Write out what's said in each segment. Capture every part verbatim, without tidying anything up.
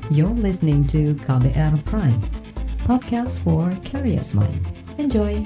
You're listening to K B R Prime, podcast for curious mind. Enjoy!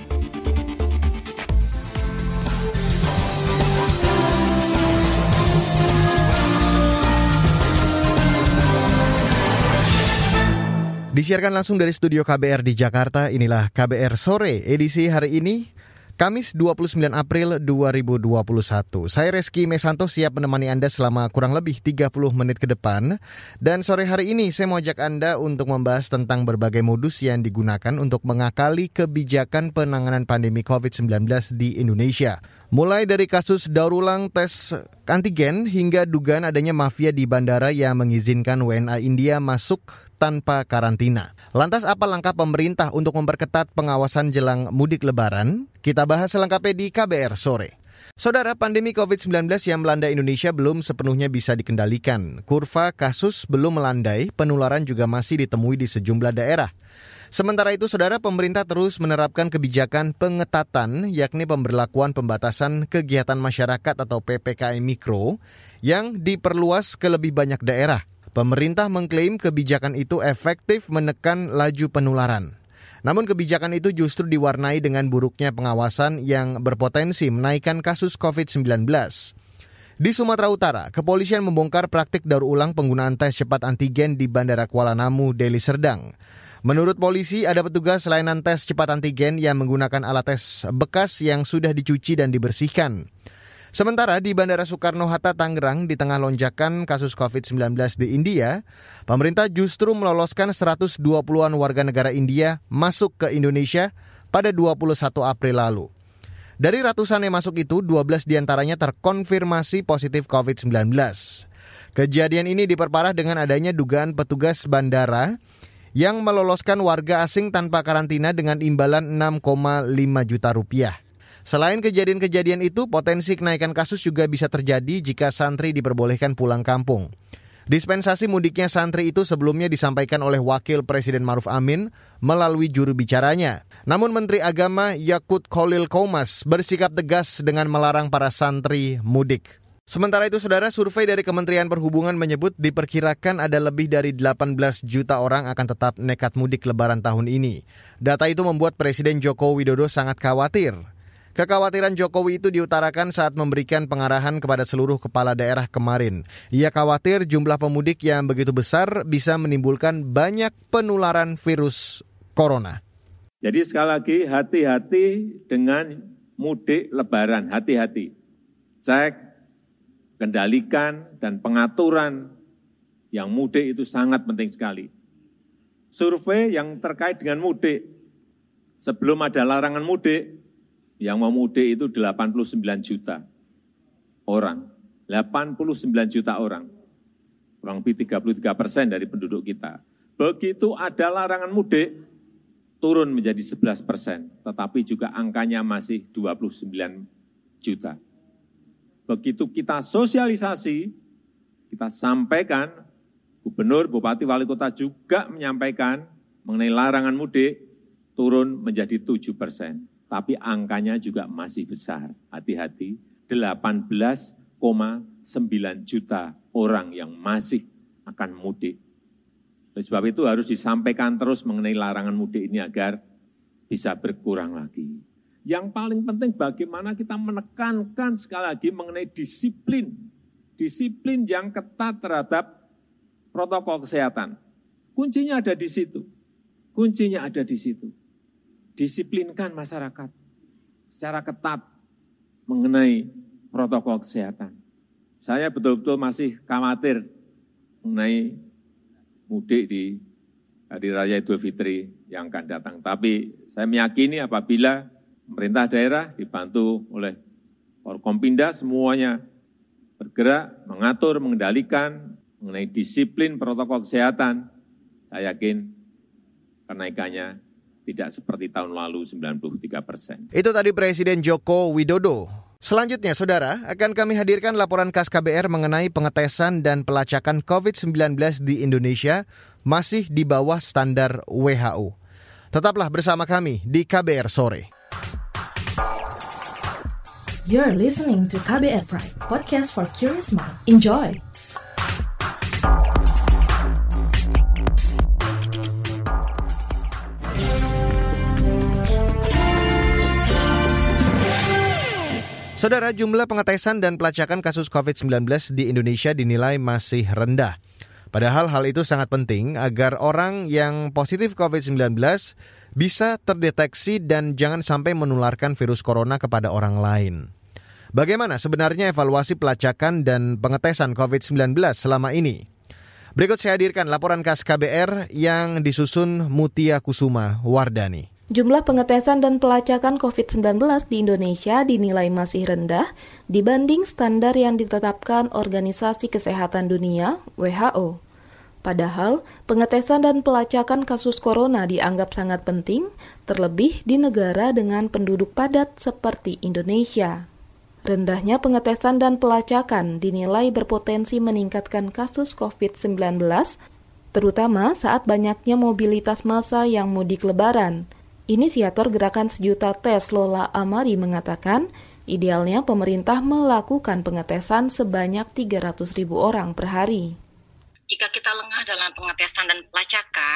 Disiarkan langsung dari studio K B R di Jakarta, inilah K B R Sore, edisi hari ini, Kamis dua puluh sembilan April dua ribu dua puluh satu. Saya Reski Mesanto siap menemani Anda selama kurang lebih tiga puluh menit ke depan. Dan sore hari ini saya mau ajak Anda untuk membahas tentang berbagai modus yang digunakan untuk mengakali kebijakan penanganan pandemi covid sembilan belas di Indonesia. Mulai dari kasus daur ulang tes antigen hingga dugaan adanya mafia di bandara yang mengizinkan W N A India masuk tanpa karantina. Lantas apa langkah pemerintah untuk memperketat pengawasan jelang mudik lebaran? Kita bahas selengkapnya di K B R Sore. Saudara, pandemi covid sembilan belas yang melanda Indonesia belum sepenuhnya bisa dikendalikan. Kurva kasus belum melandai, penularan juga masih ditemui di sejumlah daerah. Sementara itu, saudara, pemerintah terus menerapkan kebijakan pengetatan, yakni pemberlakuan pembatasan kegiatan masyarakat atau P P K M Mikro yang diperluas ke lebih banyak daerah. Pemerintah mengklaim kebijakan itu efektif menekan laju penularan. Namun kebijakan itu justru diwarnai dengan buruknya pengawasan yang berpotensi menaikkan kasus covid sembilan belas. Di Sumatera Utara, kepolisian membongkar praktik daur ulang penggunaan tes cepat antigen di Bandara Kuala Namu, Deli Serdang. Menurut polisi, ada petugas layanan tes cepat antigen yang menggunakan alat tes bekas yang sudah dicuci dan dibersihkan. Sementara di Bandara Soekarno-Hatta, Tangerang, di tengah lonjakan kasus covid sembilan belas di India, pemerintah justru meloloskan seratus dua puluhan warga negara India masuk ke Indonesia pada dua puluh satu April lalu. Dari ratusan yang masuk itu, dua belas diantaranya terkonfirmasi positif covid sembilan belas. Kejadian ini diperparah dengan adanya dugaan petugas bandara yang meloloskan warga asing tanpa karantina dengan imbalan enam koma lima juta rupiah. Selain kejadian-kejadian itu, potensi kenaikan kasus juga bisa terjadi jika santri diperbolehkan pulang kampung. Dispensasi mudiknya santri itu sebelumnya disampaikan oleh Wakil Presiden Ma'ruf Amin melalui juru bicaranya. Namun Menteri Agama Yakut Khalil Qaumas bersikap tegas dengan melarang para santri mudik. Sementara itu, saudara, survei dari Kementerian Perhubungan menyebut diperkirakan ada lebih dari delapan belas juta orang akan tetap nekat mudik lebaran tahun ini. Data itu membuat Presiden Joko Widodo sangat khawatir. Kekhawatiran Jokowi itu diutarakan saat memberikan pengarahan kepada seluruh kepala daerah kemarin. Ia khawatir jumlah pemudik yang begitu besar bisa menimbulkan banyak penularan virus corona. Jadi sekali lagi, hati-hati dengan mudik lebaran, hati-hati. Cek, kendalikan, dan pengaturan yang mudik itu sangat penting sekali. Survei yang terkait dengan mudik, sebelum ada larangan mudik, yang mau mudik itu delapan puluh sembilan juta orang. delapan puluh sembilan juta orang. Kurang lebih tiga puluh tiga persen dari penduduk kita. Begitu ada larangan mudik, turun menjadi sebelas persen. Tetapi juga angkanya masih dua puluh sembilan juta. Begitu kita sosialisasi, kita sampaikan, Gubernur, Bupati, Wali Kota juga menyampaikan mengenai larangan mudik, turun menjadi tujuh persen. Tapi angkanya juga masih besar. Hati-hati, delapan belas koma sembilan juta orang yang masih akan mudik. Oleh sebab itu harus disampaikan terus mengenai larangan mudik ini agar bisa berkurang lagi. Yang paling penting bagaimana kita menekankan sekali lagi mengenai disiplin. Disiplin yang ketat terhadap protokol kesehatan. Kuncinya ada di situ. Kuncinya ada di situ. Disiplinkan masyarakat secara ketat mengenai protokol kesehatan. Saya betul-betul masih khawatir mengenai mudik di Hari Raya Idul Fitri yang akan datang. Tapi saya meyakini apabila pemerintah daerah dibantu oleh Forkompinda semuanya bergerak, mengatur, mengendalikan mengenai disiplin protokol kesehatan, saya yakin kenaikannya tidak seperti tahun lalu sembilan puluh tiga persen. Itu tadi Presiden Joko Widodo. Selanjutnya, saudara, akan kami hadirkan laporan khas K B R mengenai pengetesan dan pelacakan covid sembilan belas di Indonesia masih di bawah standar W H O. Tetaplah bersama kami di K B R Sore. You're listening to K B R Prime, podcast for curious mind. Enjoy! Saudara, jumlah pengetesan dan pelacakan kasus covid sembilan belas di Indonesia dinilai masih rendah. Padahal hal itu sangat penting agar orang yang positif covid sembilan belas bisa terdeteksi dan jangan sampai menularkan virus corona kepada orang lain. Bagaimana sebenarnya evaluasi pelacakan dan pengetesan covid sembilan belas selama ini? Berikut saya hadirkan laporan khas K B R yang disusun Mutia Kusuma Wardani. Jumlah pengetesan dan pelacakan covid sembilan belas di Indonesia dinilai masih rendah dibanding standar yang ditetapkan Organisasi Kesehatan Dunia W H O. Padahal, pengetesan dan pelacakan kasus corona dianggap sangat penting, terlebih di negara dengan penduduk padat seperti Indonesia. Rendahnya pengetesan dan pelacakan dinilai berpotensi meningkatkan kasus covid sembilan belas, terutama saat banyaknya mobilitas massa yang mudik lebaran. Inisiator gerakan sejuta tes Lola Amari mengatakan, idealnya pemerintah melakukan pengetesan sebanyak tiga ratus ribu orang per hari. Jika kita lengah dalam pengetesan dan pelacakan,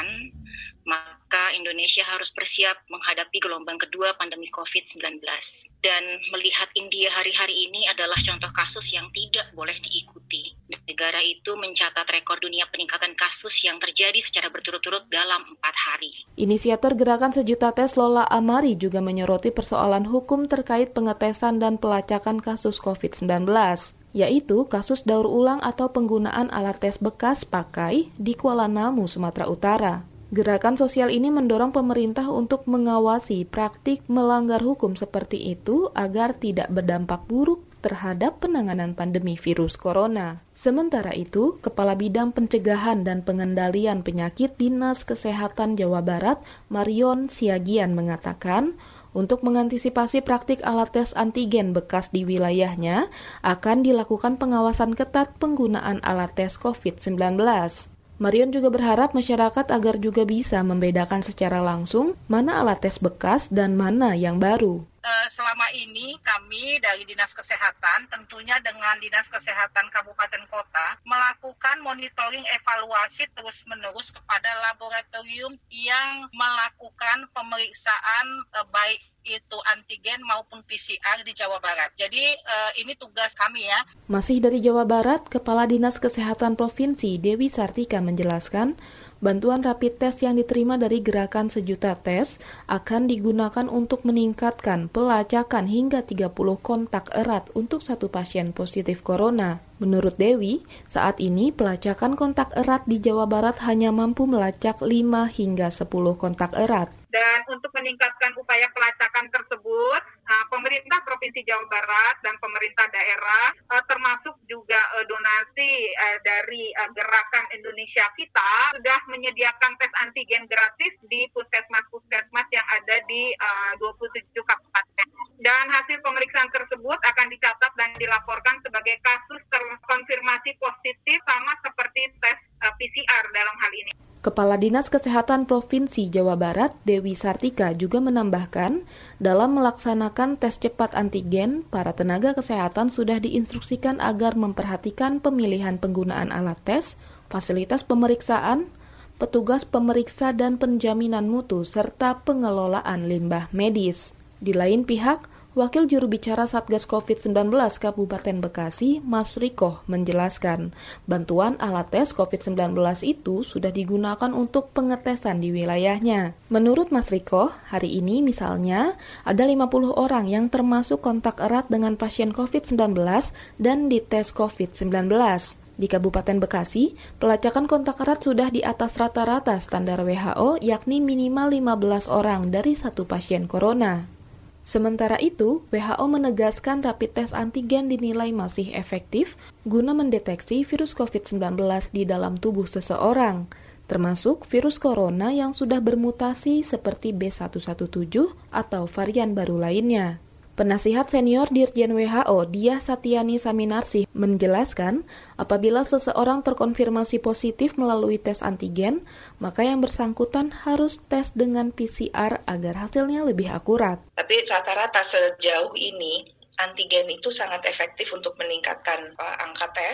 maka Indonesia harus bersiap menghadapi gelombang kedua pandemi covid sembilan belas. Dan melihat India hari-hari ini adalah contoh kasus yang tidak boleh diikuti. Negara itu mencatat rekor dunia peningkatan kasus yang terjadi secara berturut-turut dalam empat hari. Inisiator gerakan sejuta tes Lola Amari juga menyoroti persoalan hukum terkait pengetesan dan pelacakan kasus covid sembilan belas, yaitu kasus daur ulang atau penggunaan alat tes bekas pakai di Kuala Namu, Sumatera Utara. Gerakan sosial ini mendorong pemerintah untuk mengawasi praktik melanggar hukum seperti itu agar tidak berdampak buruk terhadap penanganan pandemi virus corona. Sementara itu, Kepala Bidang Pencegahan dan Pengendalian Penyakit Dinas Kesehatan Jawa Barat, Marion Siagian mengatakan, untuk mengantisipasi praktik alat tes antigen bekas di wilayahnya, akan dilakukan pengawasan ketat penggunaan alat tes covid sembilan belas. Marion juga berharap masyarakat agar juga bisa membedakan secara langsung mana alat tes bekas dan mana yang baru. Selama ini kami dari Dinas Kesehatan, tentunya dengan Dinas Kesehatan Kabupaten Kota, melakukan monitoring evaluasi terus-menerus kepada laboratorium yang melakukan pemeriksaan baik itu antigen maupun P C R di Jawa Barat. Jadi uh, ini tugas kami ya. Masih dari Jawa Barat, Kepala Dinas Kesehatan Provinsi Dewi Sartika menjelaskan, bantuan rapid test yang diterima dari gerakan sejuta tes akan digunakan untuk meningkatkan pelacakan hingga tiga puluh kontak erat untuk satu pasien positif corona. Menurut Dewi, saat ini pelacakan kontak erat di Jawa Barat hanya mampu melacak lima hingga sepuluh kontak erat. Dan untuk meningkatkan upaya pelacakan tersebut, uh, pemerintah Provinsi Jawa Barat dan pemerintah daerah, uh, termasuk juga uh, donasi uh, dari uh, Gerakan Indonesia Kita, sudah menyediakan tes antigen gratis di puskesmas-puskesmas yang ada di uh, dua puluh tujuh kabupaten. Dan hasil pemeriksaan tersebut akan dicatat dan dilaporkan sebagai kasus terkonfirmasi positif sama seperti tes uh, P C R dalam hal ini. Kepala Dinas Kesehatan Provinsi Jawa Barat, Dewi Sartika, juga menambahkan, dalam melaksanakan tes cepat antigen, para tenaga kesehatan sudah diinstruksikan agar memperhatikan pemilihan penggunaan alat tes, fasilitas pemeriksaan, petugas pemeriksa dan penjaminan mutu, serta pengelolaan limbah medis. Di lain pihak, Wakil Juru Bicara Satgas covid sembilan belas Kabupaten Bekasi, Mas Riko, menjelaskan bantuan alat tes covid sembilan belas itu sudah digunakan untuk pengetesan di wilayahnya. Menurut Mas Riko, hari ini misalnya ada lima puluh orang yang termasuk kontak erat dengan pasien covid sembilan belas dan dites covid sembilan belas. Di Kabupaten Bekasi, pelacakan kontak erat sudah di atas rata-rata standar W H O, yakni minimal lima belas orang dari satu pasien corona. Sementara itu, W H O menegaskan rapid test antigen dinilai masih efektif guna mendeteksi virus covid sembilan belas di dalam tubuh seseorang, termasuk virus corona yang sudah bermutasi seperti B satu satu tujuh atau varian baru lainnya. Penasihat senior Dirjen W H O, Diah Satyani Saminarsih, menjelaskan apabila seseorang terkonfirmasi positif melalui tes antigen, maka yang bersangkutan harus tes dengan P C R agar hasilnya lebih akurat. Tapi rata-rata sejauh ini, antigen itu sangat efektif untuk meningkatkan uh, angka tes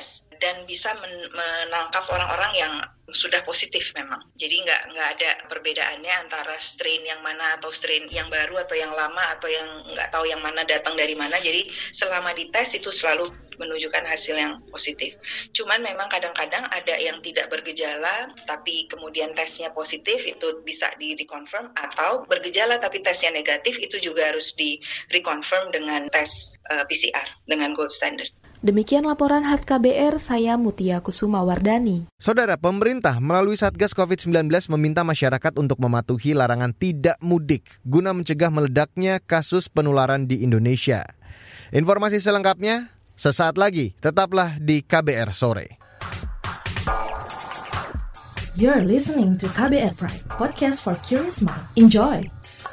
dan bisa men- menangkap orang-orang yang sudah positif memang. Jadi nggak nggak ada perbedaannya antara strain yang mana atau strain yang baru atau yang lama atau yang nggak tahu yang mana datang dari mana. Jadi selama dites itu selalu menunjukkan hasil yang positif. Cuman memang kadang-kadang ada yang tidak bergejala tapi kemudian tesnya positif, itu bisa di-reconfirm, atau bergejala tapi tesnya negatif, itu juga harus di-reconfirm dengan tes uh, P C R dengan gold standard. Demikian laporan khas K B R, saya Mutia Kusuma Wardani. Saudara, pemerintah melalui Satgas covid sembilan belas meminta masyarakat untuk mematuhi larangan tidak mudik guna mencegah meledaknya kasus penularan di Indonesia. Informasi selengkapnya sesaat lagi, tetaplah di K B R Sore. You're listening to K B R Pride, podcast for curious mind. Enjoy!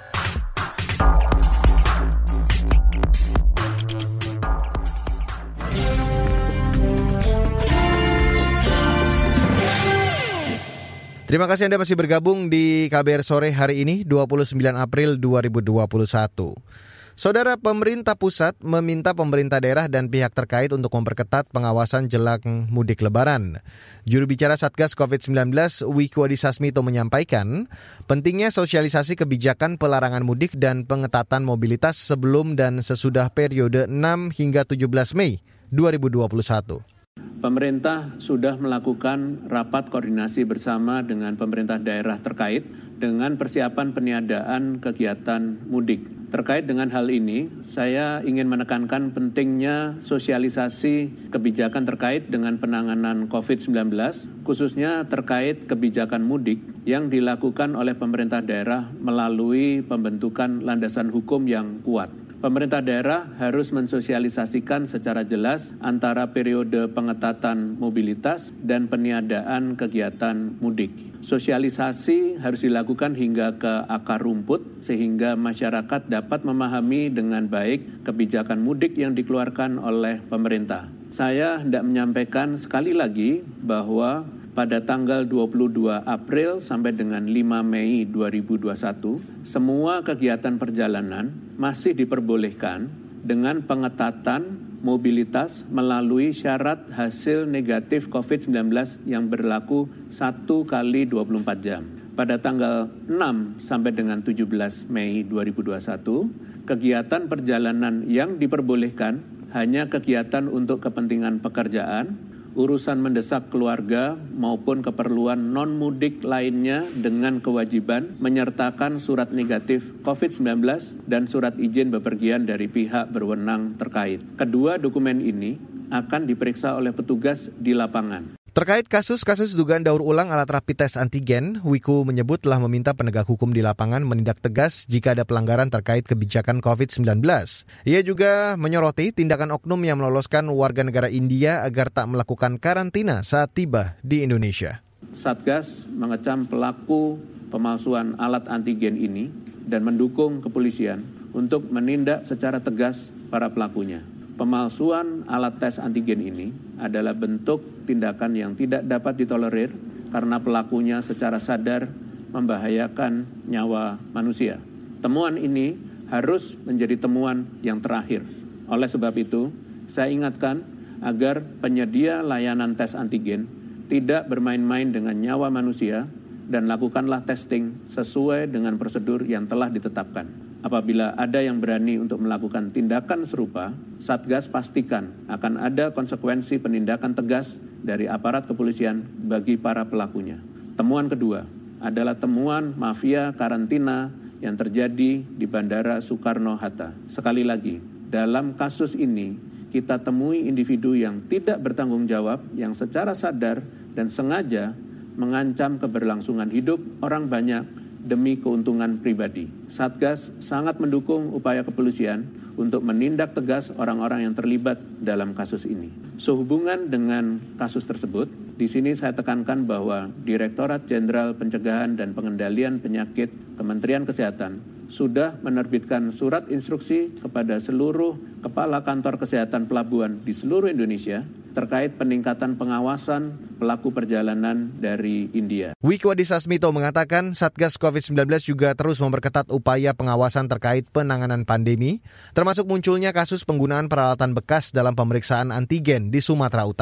Terima kasih Anda masih bergabung di K B R Sore hari ini, dua puluh sembilan April dua ribu dua puluh satu. Saudara, pemerintah pusat meminta pemerintah daerah dan pihak terkait untuk memperketat pengawasan jelang mudik lebaran. Juru bicara Satgas covid sembilan belas, Wiku Adhisa Smito, menyampaikan pentingnya sosialisasi kebijakan pelarangan mudik dan pengetatan mobilitas sebelum dan sesudah periode enam hingga tujuh belas Mei dua ribu dua puluh satu. Pemerintah sudah melakukan rapat koordinasi bersama dengan pemerintah daerah terkait dengan persiapan peniadaan kegiatan mudik. Terkait dengan hal ini, saya ingin menekankan pentingnya sosialisasi kebijakan terkait dengan penanganan covid sembilan belas, khususnya terkait kebijakan mudik yang dilakukan oleh pemerintah daerah melalui pembentukan landasan hukum yang kuat. Pemerintah daerah harus mensosialisasikan secara jelas antara periode pengetatan mobilitas dan peniadaan kegiatan mudik. Sosialisasi harus dilakukan hingga ke akar rumput sehingga masyarakat dapat memahami dengan baik kebijakan mudik yang dikeluarkan oleh pemerintah. Saya hendak menyampaikan sekali lagi bahwa pada tanggal dua puluh dua April sampai dengan lima Mei dua ribu dua puluh satu, semua kegiatan perjalanan masih diperbolehkan dengan pengetatan mobilitas melalui syarat hasil negatif covid sembilan belas yang berlaku satu kali dua puluh empat jam. Pada tanggal enam sampai dengan tujuh belas Mei dua ribu dua puluh satu, kegiatan perjalanan yang diperbolehkan hanya kegiatan untuk kepentingan pekerjaan, urusan mendesak keluarga maupun keperluan non-mudik lainnya dengan kewajiban menyertakan surat negatif covid sembilan belas dan surat izin bepergian dari pihak berwenang terkait. Kedua dokumen ini akan diperiksa oleh petugas di lapangan. Terkait kasus-kasus dugaan daur ulang alat rapid test antigen, Wiku menyebut telah meminta penegak hukum di lapangan menindak tegas jika ada pelanggaran terkait kebijakan covid sembilan belas. Ia juga menyoroti tindakan oknum yang meloloskan warga negara India agar tak melakukan karantina saat tiba di Indonesia. Satgas mengecam pelaku pemalsuan alat antigen ini dan mendukung kepolisian untuk menindak secara tegas para pelakunya. Pemalsuan alat tes antigen ini adalah bentuk tindakan yang tidak dapat ditolerir karena pelakunya secara sadar membahayakan nyawa manusia. Temuan ini harus menjadi temuan yang terakhir. Oleh sebab itu, saya ingatkan agar penyedia layanan tes antigen tidak bermain-main dengan nyawa manusia dan lakukanlah testing sesuai dengan prosedur yang telah ditetapkan. Apabila ada yang berani untuk melakukan tindakan serupa, Satgas pastikan akan ada konsekuensi penindakan tegas dari aparat kepolisian bagi para pelakunya. Temuan kedua adalah temuan mafia karantina yang terjadi di Bandara Soekarno-Hatta. Sekali lagi, dalam kasus ini kita temui individu yang tidak bertanggung jawab, yang secara sadar dan sengaja mengancam keberlangsungan hidup orang banyak demi keuntungan pribadi. Satgas sangat mendukung upaya kepolisian untuk menindak tegas orang-orang yang terlibat dalam kasus ini. Sehubungan dengan kasus tersebut, di sini saya tekankan bahwa Direktorat Jenderal Pencegahan dan Pengendalian Penyakit Kementerian Kesehatan sudah menerbitkan surat instruksi kepada seluruh kepala kantor kesehatan pelabuhan di seluruh Indonesia terkait peningkatan pengawasan pelaku perjalanan dari India. Wiku Adhisa Smito mengatakan Satgas covid sembilan belas juga terus memperketat upaya pengawasan terkait penanganan pandemi, termasuk munculnya kasus penggunaan peralatan bekas dalam pemeriksaan antigen di Sumatera Utara.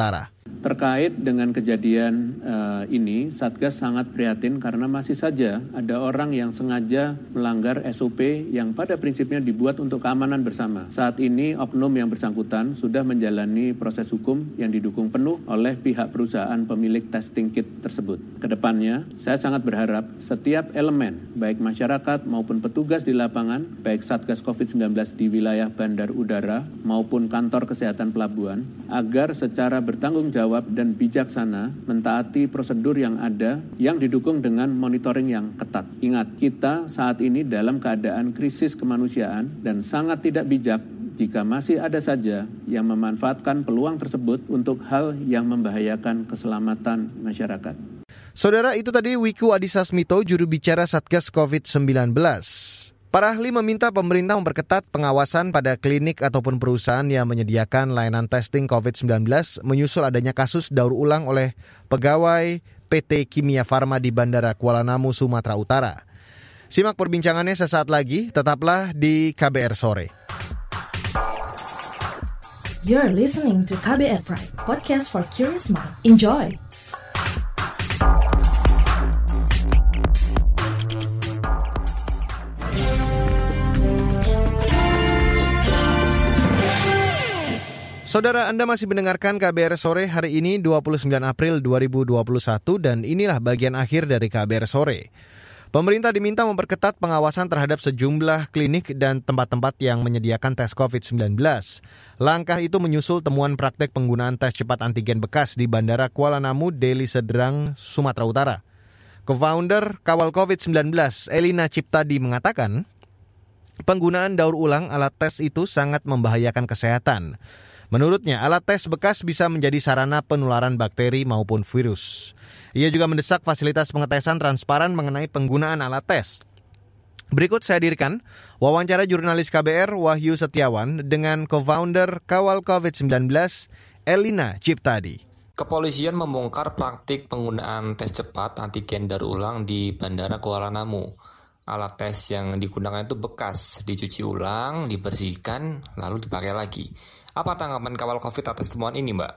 Terkait dengan kejadian uh, ini, Satgas sangat prihatin karena masih saja ada orang yang sengaja melanggar S O P yang pada prinsipnya dibuat untuk keamanan bersama. Saat ini oknum yang bersangkutan sudah menjalani proses hukum yang didukung penuh oleh pihak perusahaan pemilik testing kit tersebut. Kedepannya, saya sangat berharap setiap elemen, baik masyarakat maupun petugas di lapangan, baik Satgas covid sembilan belas di wilayah bandar udara maupun kantor kesehatan pelabuhan, agar secara bertanggung jawab dan bijaksana mentaati prosedur yang ada yang didukung dengan monitoring yang ketat. Ingat, kita saat ini dalam keadaan krisis kemanusiaan dan sangat tidak bijak jika masih ada saja yang memanfaatkan peluang tersebut untuk hal yang membahayakan keselamatan masyarakat. Saudara, itu tadi Wiku Adhisa Smito, juru bicara Satgas covid sembilan belas. Para ahli meminta pemerintah memperketat pengawasan pada klinik ataupun perusahaan yang menyediakan layanan testing covid sembilan belas menyusul adanya kasus daur ulang oleh pegawai P T Kimia Farma di Bandara Kuala Namu, Sumatera Utara. Simak perbincangannya sesaat lagi, tetaplah di K B R Sore. You're listening to K B R Pride, podcast for curious mind. Enjoy! Saudara, Anda masih mendengarkan K B R Sore hari ini dua puluh sembilan April dua ribu dua puluh satu dan inilah bagian akhir dari K B R Sore. Pemerintah diminta memperketat pengawasan terhadap sejumlah klinik dan tempat-tempat yang menyediakan tes covid sembilan belas. Langkah itu menyusul temuan praktek penggunaan tes cepat antigen bekas di Bandara Kuala Namu, Deli Serdang, Sumatera Utara. Co-founder Kawal covid sembilan belas, Elina Ciptadi, mengatakan penggunaan daur ulang alat tes itu sangat membahayakan kesehatan. Menurutnya, alat tes bekas bisa menjadi sarana penularan bakteri maupun virus. Ia juga mendesak fasilitas pengetesan transparan mengenai penggunaan alat tes. Berikut saya hadirkan wawancara jurnalis K B R Wahyu Setiawan dengan co-founder Kawal covid sembilan belas, Elina Ciptadi. Kepolisian membongkar praktik penggunaan tes cepat antigen daur ulang di Bandara Kuala Namu. Alat tes yang digunakan itu bekas, dicuci ulang, dibersihkan, lalu dipakai lagi. Apa tanggapan Kawal Covid atas temuan ini, Mbak?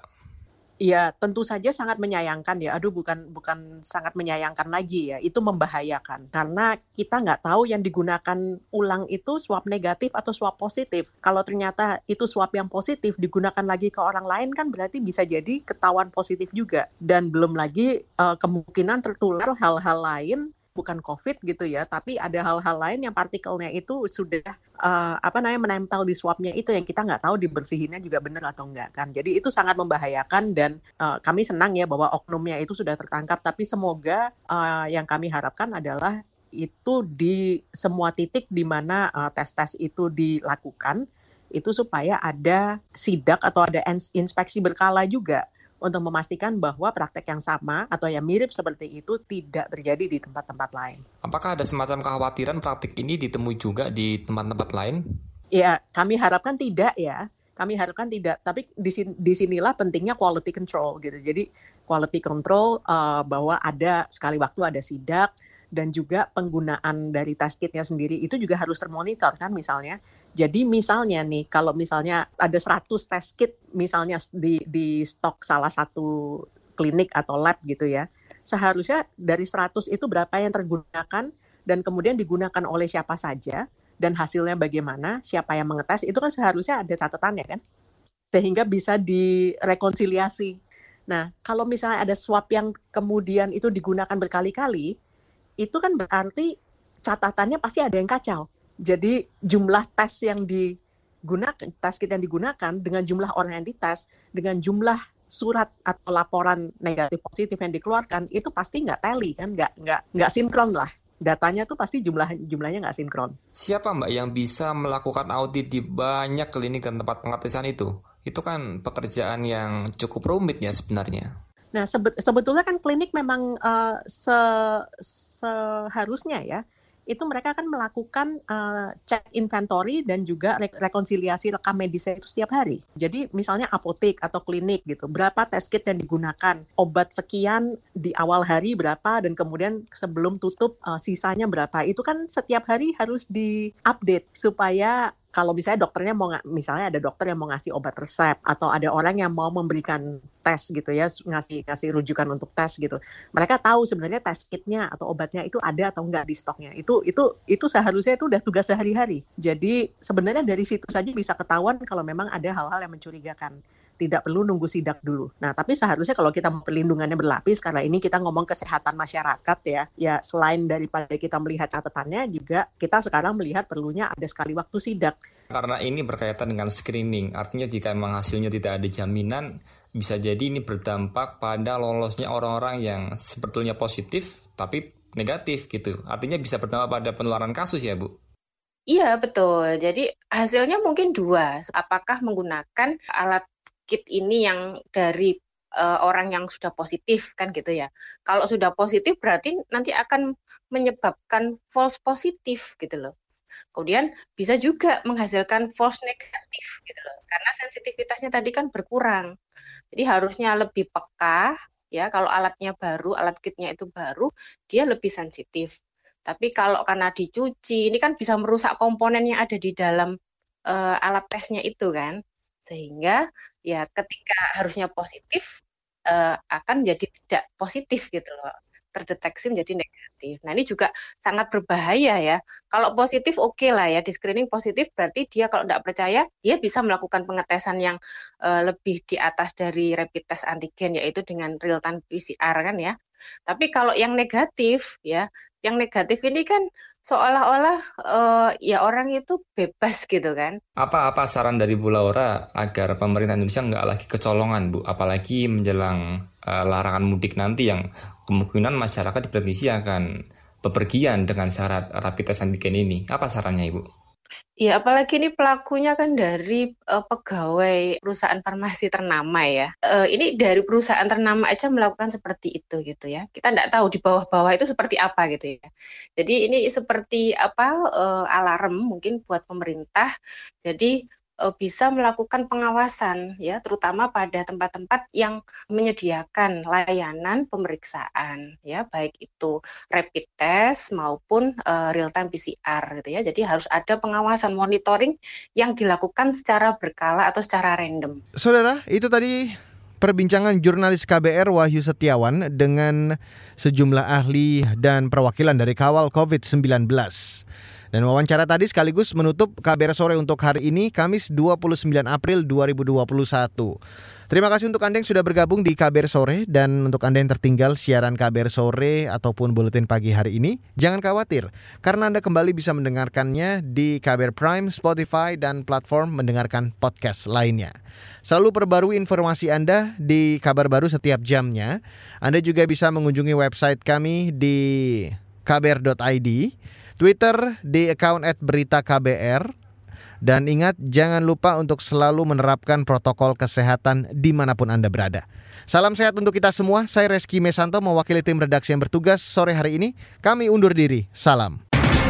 Ya, tentu saja sangat menyayangkan ya. Aduh, bukan bukan sangat menyayangkan lagi ya. Itu membahayakan. Karena kita nggak tahu yang digunakan ulang itu swab negatif atau swab positif. Kalau ternyata itu swab yang positif digunakan lagi ke orang lain, kan berarti bisa jadi ketahuan positif juga. Dan belum lagi uh, kemungkinan tertular hal-hal lain, bukan COVID gitu ya, tapi ada hal-hal lain yang partikelnya itu sudah uh, apa namanya menempel di swabnya itu yang kita nggak tahu dibersihinnya juga benar atau enggak kan. Jadi itu sangat membahayakan dan uh, kami senang ya bahwa oknumnya itu sudah tertangkap. Tapi semoga uh, yang kami harapkan adalah itu di semua titik di mana uh, tes-tes itu dilakukan itu supaya ada sidak atau ada inspeksi berkala juga, untuk memastikan bahwa praktek yang sama atau yang mirip seperti itu tidak terjadi di tempat-tempat lain. Apakah ada semacam kekhawatiran praktik ini ditemui juga di tempat-tempat lain? Ya, kami harapkan tidak ya. Kami harapkan tidak. Tapi di disinilah pentingnya quality control gitu. Jadi quality control uh, bahwa ada sekali waktu ada sidak dan juga penggunaan dari test kitnya sendiri itu juga harus termonitor kan misalnya. Jadi misalnya nih, kalau misalnya ada seratus test kit misalnya di, di stok salah satu klinik atau lab gitu ya, seharusnya dari seratus itu berapa yang tergunakan dan kemudian digunakan oleh siapa saja dan hasilnya bagaimana, siapa yang mengetes, itu kan seharusnya ada catatannya kan, sehingga bisa direkonsiliasi. Nah, kalau misalnya ada swab yang kemudian itu digunakan berkali-kali, itu kan berarti catatannya pasti ada yang kacau. Jadi jumlah tes yang digunakan, tes kit yang digunakan dengan jumlah orang yang dites, dengan jumlah surat atau laporan negatif positif yang dikeluarkan, itu pasti nggak tally kan, nggak nggak nggak sinkron lah. Datanya tuh pasti jumlah jumlahnya nggak sinkron. Siapa Mbak yang bisa melakukan audit di banyak klinik dan tempat pengetesan itu? Itu kan pekerjaan yang cukup rumit ya sebenarnya. Nah sebe- sebetulnya kan klinik memang uh, se- seharusnya ya, itu mereka akan melakukan uh, cek inventory dan juga re- rekonsiliasi rekam medisnya itu setiap hari. Jadi misalnya apotek atau klinik gitu, berapa test kit yang digunakan, obat sekian di awal hari berapa, dan kemudian sebelum tutup uh, sisanya berapa. Itu kan setiap hari harus di-update supaya kalau misalnya dokternya mau misalnya ada dokter yang mau ngasih obat resep atau ada orang yang mau memberikan tes gitu ya, ngasih ngasih rujukan untuk tes gitu. Mereka tahu sebenarnya tes kitnya atau obatnya itu ada atau enggak di stoknya. Itu itu itu seharusnya itu udah tugas sehari-hari. Jadi sebenarnya dari situ saja bisa ketahuan kalau memang ada hal-hal yang mencurigakan. Tidak perlu nunggu sidak dulu. Nah, tapi seharusnya kalau kita perlindungannya berlapis, karena ini kita ngomong kesehatan masyarakat ya, ya selain daripada kita melihat catatannya, juga kita sekarang melihat perlunya ada sekali waktu sidak. Karena ini berkaitan dengan screening, artinya jika memang hasilnya tidak ada jaminan, bisa jadi ini berdampak pada lolosnya orang-orang yang sebetulnya positif, tapi negatif gitu. Artinya bisa berdampak pada penularan kasus ya, Bu? Iya, betul. Jadi hasilnya mungkin dua. Apakah menggunakan alat kit ini yang dari uh, orang yang sudah positif kan gitu ya. Kalau sudah positif berarti nanti akan menyebabkan false positif gitu loh. Kemudian bisa juga menghasilkan false negatif gitu loh. Karena sensitivitasnya tadi kan berkurang. Jadi harusnya lebih peka ya, kalau alatnya baru, alat kitnya itu baru, dia lebih sensitif. Tapi kalau karena dicuci, ini kan bisa merusak komponen yang ada di dalam uh, alat tesnya itu kan. Sehingga ya ketika harusnya positif uh, akan menjadi tidak positif gitu loh, terdeteksi menjadi negatif. Nah ini juga sangat berbahaya ya. Kalau positif oke okay lah ya, di screening positif berarti dia kalau tidak percaya dia bisa melakukan pengetesan yang uh, lebih di atas dari rapid test antigen, yaitu dengan real time P C R kan ya. Tapi kalau yang negatif ya, yang negatif ini kan seolah-olah uh, ya orang itu bebas gitu kan. Apa-apa saran dari Bu Laura agar pemerintah Indonesia nggak lagi kecolongan, Bu? Apalagi menjelang uh, larangan mudik nanti yang kemungkinan masyarakat diprediksi akan bepergian dengan syarat rapid test antigen ini. Apa sarannya, Ibu? Ya, apalagi ini pelakunya kan dari uh, pegawai perusahaan farmasi ternama ya. Uh, ini dari perusahaan ternama aja melakukan seperti itu gitu ya. Kita nggak tahu di bawah-bawah itu seperti apa gitu ya. Jadi ini seperti apa uh, alarm mungkin buat pemerintah. Jadi uh, bisa melakukan pengawasan ya, terutama pada tempat-tempat yang menyediakan layanan pemeriksaan ya, baik itu rapid test maupun uh, real time P C R gitu ya. Jadi harus ada pengawasan monitoring yang dilakukan secara berkala atau secara random. Saudara, itu tadi perbincangan jurnalis K B R Wahyu Setiawan dengan sejumlah ahli dan perwakilan dari kawal covid sembilan belas. Dan wawancara tadi sekaligus menutup K B R Sore untuk hari ini, Kamis dua puluh sembilan April dua ribu dua puluh satu. Terima kasih untuk Anda yang sudah bergabung di K B R Sore, dan untuk Anda yang tertinggal siaran K B R Sore ataupun buletin pagi hari ini, jangan khawatir karena Anda kembali bisa mendengarkannya di K B R Prime, Spotify, dan platform mendengarkan podcast lainnya. Selalu perbarui informasi Anda di kabar baru setiap jamnya. Anda juga bisa mengunjungi website kami di k b r dot i d, Twitter di account at berita K B R. Dan ingat, jangan lupa untuk selalu menerapkan protokol kesehatan dimanapun Anda berada. Salam sehat untuk kita semua. Saya Reski Mesanto mewakili tim redaksi yang bertugas sore hari ini. Kami undur diri. Salam.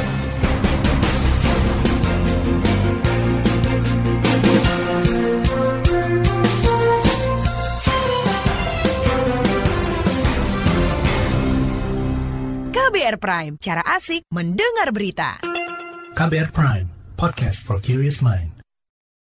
K B R Prime, cara asik mendengar berita. K B R Prime, podcast for curious mind.